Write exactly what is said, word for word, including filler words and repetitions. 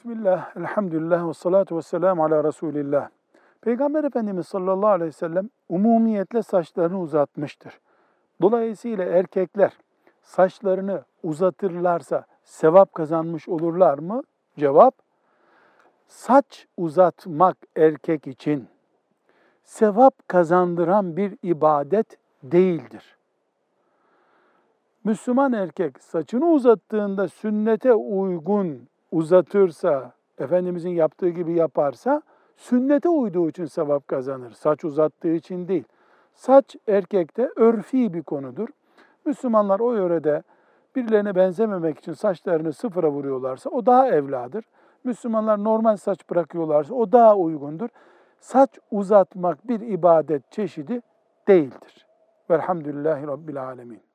Bismillah, elhamdülillah ve salatu ve selamu ala Resulillah. Peygamber Efendimiz sallallahu aleyhi ve sellem umumiyetle saçlarını uzatmıştır. Dolayısıyla erkekler saçlarını uzatırlarsa sevap kazanmış olurlar mı? Cevap, saç uzatmak erkek için sevap kazandıran bir ibadet değildir. Müslüman erkek saçını uzattığında sünnete uygun uzatırsa, Efendimizin yaptığı gibi yaparsa, sünnete uyduğu için sevap kazanır. Saç uzattığı için değil. Saç erkekte örfi bir konudur. Müslümanlar o yörede birilerine benzememek için saçlarını sıfıra vuruyorlarsa o daha evladır. Müslümanlar normal saç bırakıyorlarsa o daha uygundur. Saç uzatmak bir ibadet çeşidi değildir. Velhamdülillahi Rabbil alemin.